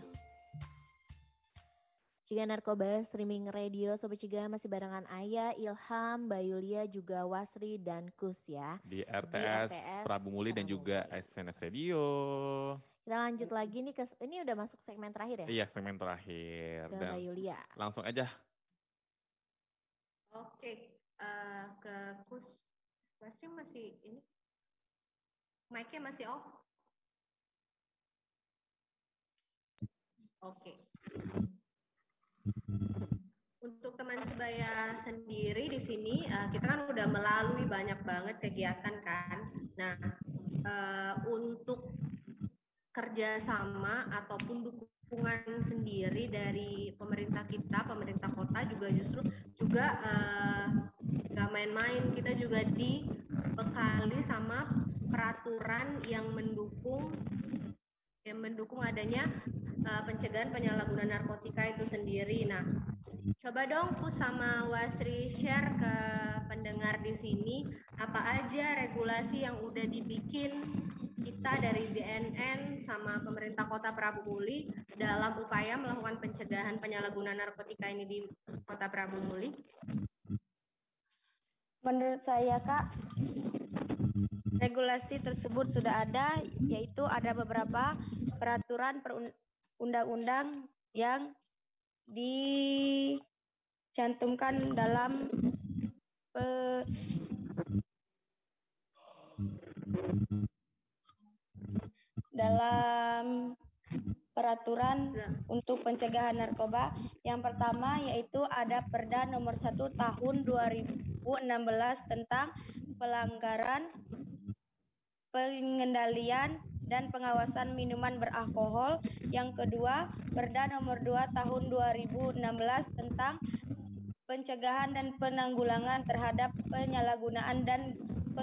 Cegah Narkoba Streaming Radio, Sobat Cegah masih barengan Aya, Ilham, Mbak Yulia, juga Wasri dan Kus ya. Di RTS Prabu Muli dan juga SNS Radio. Kita lanjut lagi nih ini udah masuk segmen terakhir ya? Iya, segmen terakhir. Ke Mbak Yulia. Langsung aja. Oke, ke Kus. Wasri masih ini? Mic-nya masih off? Oke. Untuk teman sebaya sendiri di sini, kita kan udah melalui banyak banget kegiatan kan. Nah, untuk kerjasama ataupun dukungan sendiri dari pemerintah kita, pemerintah kota juga justru juga nggak main-main. Kita juga dibekali sama peraturan yang mendukung adanya pencegahan penyalahgunaan narkotika itu sendiri. Nah, coba dong Kus sama Wasri share ke pendengar di sini apa aja regulasi yang udah dibikin kita dari BNN sama pemerintah Kota Prabu Muli dalam upaya melakukan pencegahan penyalahgunaan narkotika ini di Kota Prabu Muli. Menurut saya Kak, regulasi tersebut sudah ada, yaitu ada beberapa peraturan perundang-undang yang dicantumkan dalam peraturan untuk pencegahan narkoba. Yang pertama yaitu ada Perda nomor 1 tahun 2016 tentang pelanggaran pengendalian dan pengawasan minuman beralkohol. Yang kedua, Perda nomor 2 tahun 2016 tentang pencegahan dan penanggulangan terhadap penyalahgunaan dan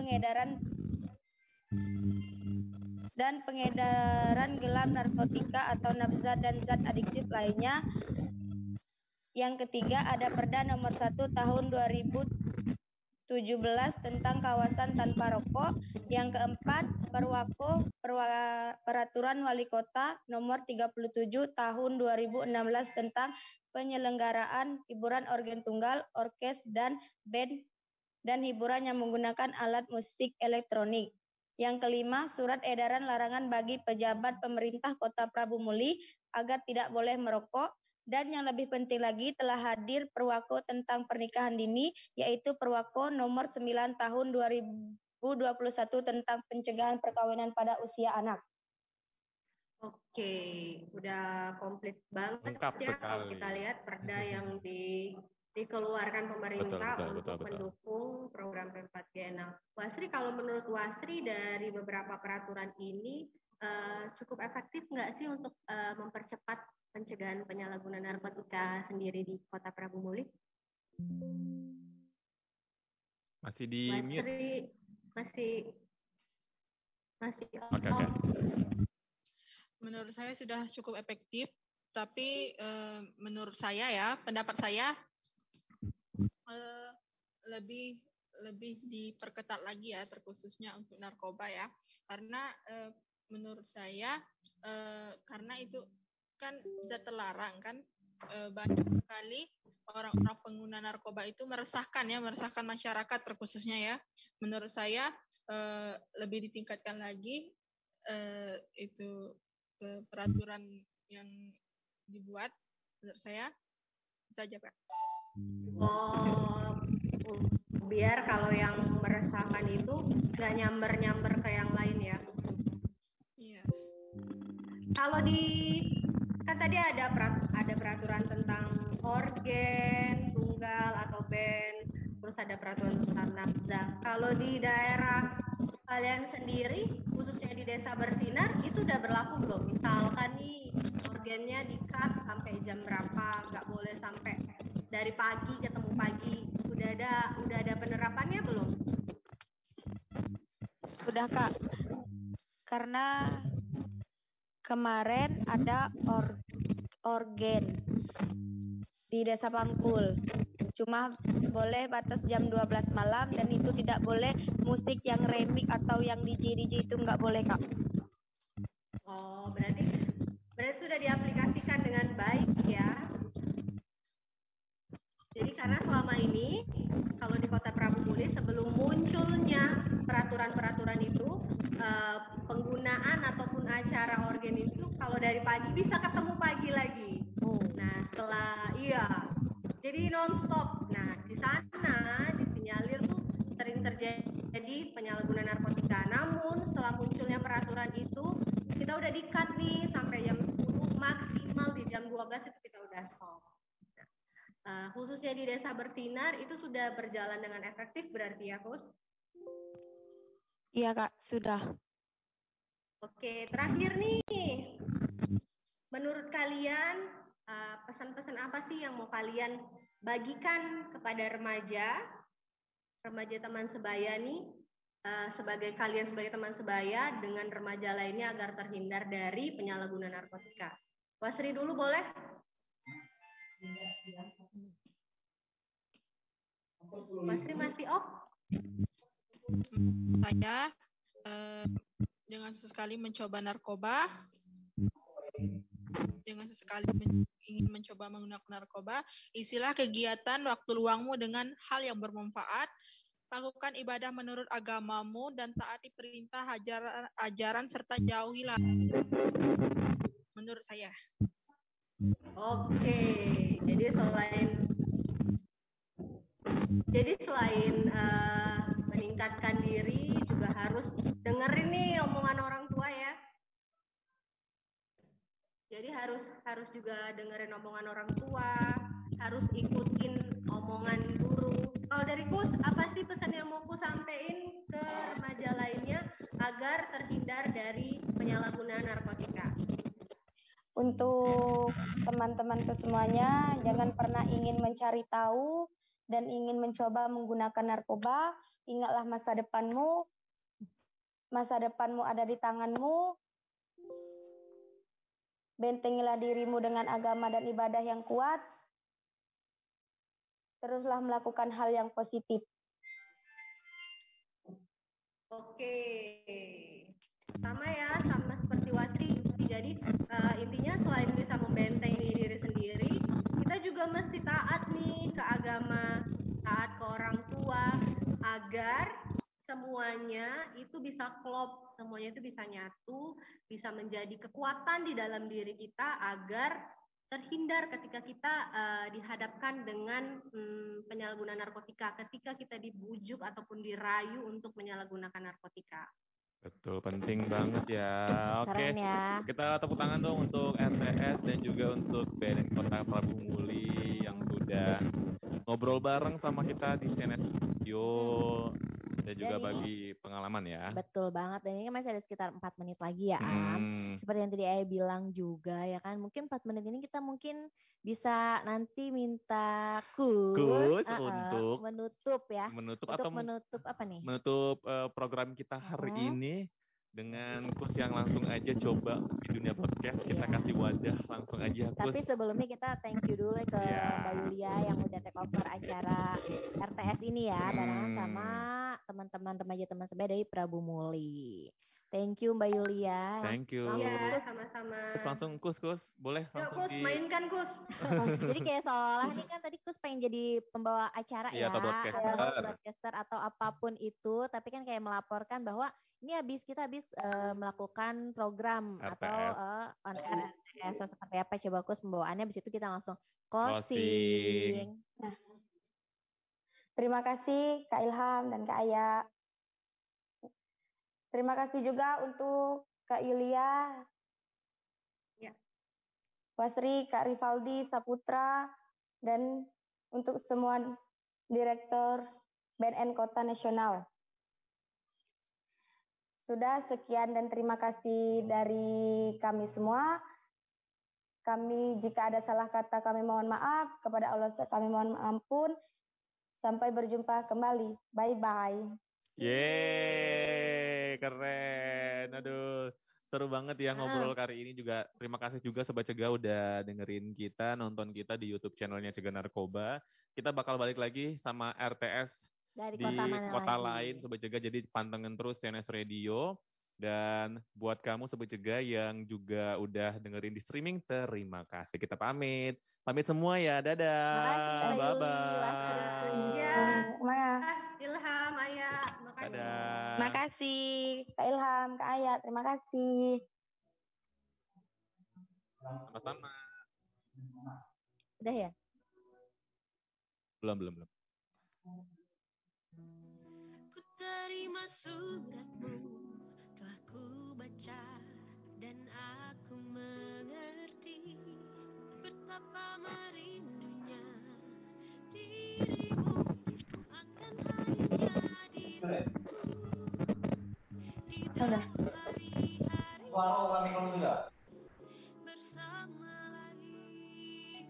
pengedaran gelap narkotika atau nafza dan zat adiktif lainnya. Yang ketiga ada Perda nomor 1 tahun 2017 tentang kawasan tanpa rokok. Yang keempat, Peraturan Wali Kota nomor 37 tahun 2016 tentang penyelenggaraan hiburan organ tunggal, orkes dan band dan hiburan yang menggunakan alat musik elektronik. Yang kelima, Surat Edaran Larangan bagi pejabat pemerintah Kota Prabu Muli agar tidak boleh merokok. Dan yang lebih penting lagi, telah hadir Perwako tentang pernikahan dini, yaitu Perwako nomor 9 tahun 2021 tentang pencegahan perkawinan pada usia anak. Oke, udah komplit banget. Lengkap ya sekali. Kalau kita lihat perda yang dikeluarkan pemerintah untuk mendukung program P4G. Nah, Wasri, kalau menurut Wasri dari beberapa peraturan ini cukup efektif nggak sih untuk mempercepat pencegahan penyalahgunaan narkotika sendiri di Kota Prabu Muli? Masih di Wasri, masih Oke. Menurut saya sudah cukup efektif, tapi menurut saya ya, pendapat saya lebih diperketat lagi ya, terkhususnya untuk narkoba ya, karena menurut saya karena itu kan zat terlarang kan, banyak sekali orang-orang pengguna narkoba itu meresahkan masyarakat terkhususnya ya. Menurut saya lebih ditingkatkan lagi itu peraturan yang dibuat. Menurut saya itu aja Pak. Biar kalau yang meresahkan itu nggak nyamber ke yang lain ya. Iya. Kalau kan tadi ada peraturan tentang organ tunggal atau band, terus ada peraturan tentang nafza. Kalau di daerah kalian sendiri, khususnya di Desa Bersinar, itu udah berlaku belum? Misalkan nih organnya di-cut sampai jam berapa, nggak boleh sampai dari pagi ketemu pagi. Udah ada penerapannya belum? Sudah Kak, karena kemarin ada organ di Desa Pangkul. Cuma boleh batas jam 12 malam dan itu tidak boleh musik yang remix atau yang DJ itu nggak boleh Kak. Oh, berarti sudah diaplikasikan dengan baik ya. Jadi karena selama ini kalau di Kota Prabu Muli sebelum munculnya peraturan-peraturan itu penggunaan ataupun acara organ itu kalau dari pagi bisa ketemu pagi lagi. Nah setelah jadi nonstop. Nah di sana disinyalir tuh sering terjadi penyalahgunaan narkotika. Namun setelah munculnya peraturan itu kita udah di-cut nih sampai jam 10 maksimal di jam 12 itu kita udah stop. Khususnya di Desa Bersinar itu sudah berjalan dengan efektif berarti ya, Kus? Iya Kak, sudah. Oke, terakhir nih, menurut kalian pesan-pesan apa sih yang mau kalian bagikan kepada remaja teman sebaya nih, sebagai teman sebaya dengan remaja lainnya agar terhindar dari penyalahgunaan narkotika? Wasri dulu boleh? Wasri masih off? Saya jangan sesekali mencoba narkoba, jangan sesekali ingin mencoba menggunakan narkoba. Isilah kegiatan waktu luangmu dengan hal yang bermanfaat. Lakukan ibadah menurut agamamu dan taati perintah ajaran serta jauhilah menurut saya. Oke, jadi selain meningkatkan diri juga harus dengerin nih omongan orang tua ya. Jadi harus juga dengerin omongan orang tua, harus ikutin omongan guru. Kalau dari Kus, apa sih pesan yang mau Kus sampein ke remaja lainnya agar terhindar dari penyalahgunaan narkotika? Untuk teman-temanku semuanya, jangan pernah ingin mencari tahu dan ingin mencoba menggunakan narkoba. Ingatlah masa depanmu ada di tanganmu. Bentengilah dirimu dengan agama dan ibadah yang kuat. Teruslah melakukan hal yang positif. Oke, sama seperti Wasri. Jadi intinya selain bisa membentengi diri sendiri, kita juga mesti taat nih ke agama, taat ke orang tua, agar semuanya itu bisa klop, semuanya itu bisa nyatu, bisa menjadi kekuatan di dalam diri kita agar terhindar ketika kita dihadapkan dengan penyalahgunaan narkotika, ketika kita dibujuk ataupun dirayu untuk menyalahgunakan narkotika. Betul, penting banget ya. Oke, ya. Kita tepuk tangan dong untuk RTS dan juga untuk BNN Kota Prabu Muli yang sudah ngobrol bareng sama kita di CNS Radio dan juga bagi pengalaman ya. Betul banget, dan ini kan masih ada sekitar 4 menit lagi ya Am. Seperti yang tadi Ayah bilang juga ya kan, mungkin 4 menit ini kita mungkin bisa nanti minta Kus untuk menutup ya. Menutup apa nih? Menutup program kita hari ini dengan Kus yang langsung aja coba di dunia podcast, kita kasih wadah langsung aja Kus. Tapi sebelumnya kita thank you dulu ke Mbak Yulia yang udah take over acara RTS ini ya, barengan sama teman-teman remaja teman sebaya dari Prabu Muli. Thank you Mbak Yulia. Thank you. Iya, sama-sama. Langsung Kus, boleh langsung Kus, mainkan Kus. Jadi kayak seolah ini kan tadi Kus pengen jadi pembawa acara atau broadcaster atau apapun itu, tapi kan kayak melaporkan bahwa ini kita habis melakukan program RTS. Atau on air RTS seperti apa coba Kus pembawaannya, habis itu kita langsung closing. Nah, terima kasih Kak Ilham dan Kak Aya. Terima kasih juga untuk Kak Yulia, Wasri, Kak Rivaldi, Saputra, dan untuk semua Direktur BNN Kota Nasional. Sudah sekian dan terima kasih dari kami semua. jika ada salah kata kami mohon maaf, kepada Allah kami mohon ampun. Sampai berjumpa kembali. Bye-bye. Yeay, keren. Aduh, seru banget ya ngobrol kali ini juga. Terima kasih juga Sobat Cegah udah dengerin kita, nonton kita di YouTube channelnya Cegah Narkoba. Kita bakal balik lagi sama RTS Dari di kota lain Sobat Cegah. Jadi pantengin terus CNS Radio. Dan buat kamu Sobat Cegah yang juga udah dengerin di streaming, terima kasih. Kita pamit. Pamit semua ya. Dadah. Bye-bye. Ilham, Ayah. Makasih. Dadah. Terima kasih Kak Ilham, Kak Ayat. Terima kasih. Sama-sama. Udah ya? Belum. Ku terima suratmu, telah ku baca dan aku mengerti betapa merindunya dirimu, akan hanya diriku di dalam hari-hari bersama lagi.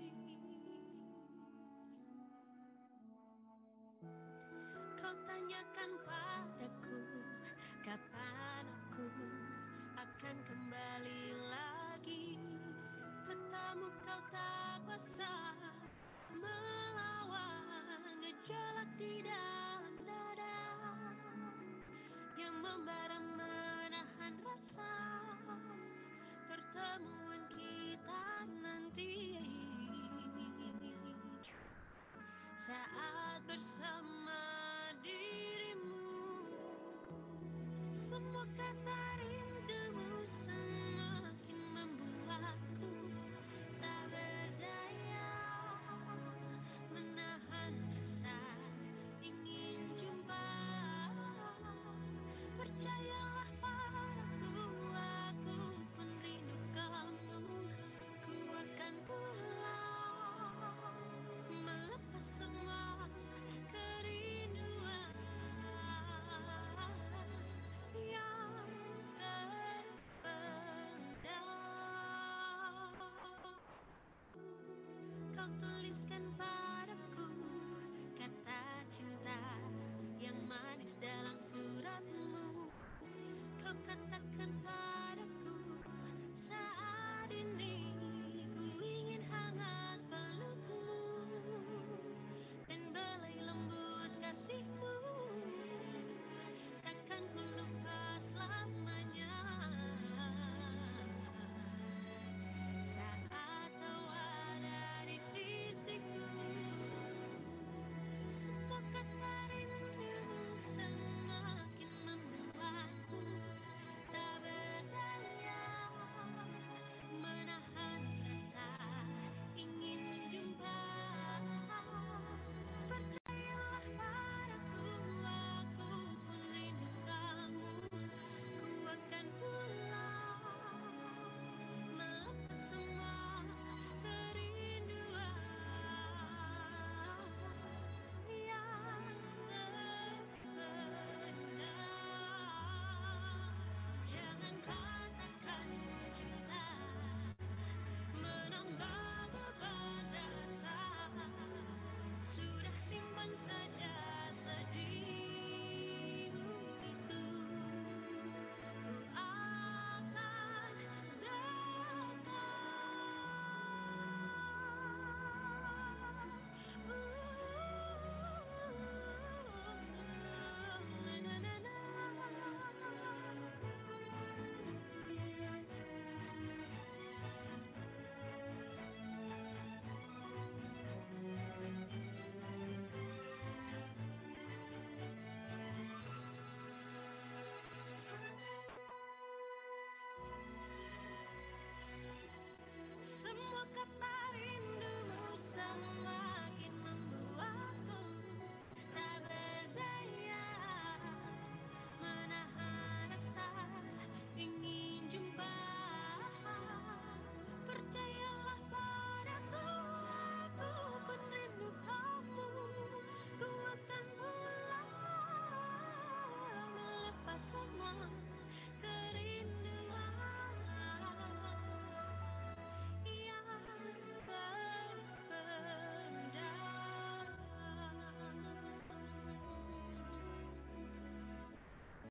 Kau tanyakan padaku kapan aku akan kembali lagi. Tetamu kau tak kuasa melawan gejolak di dalam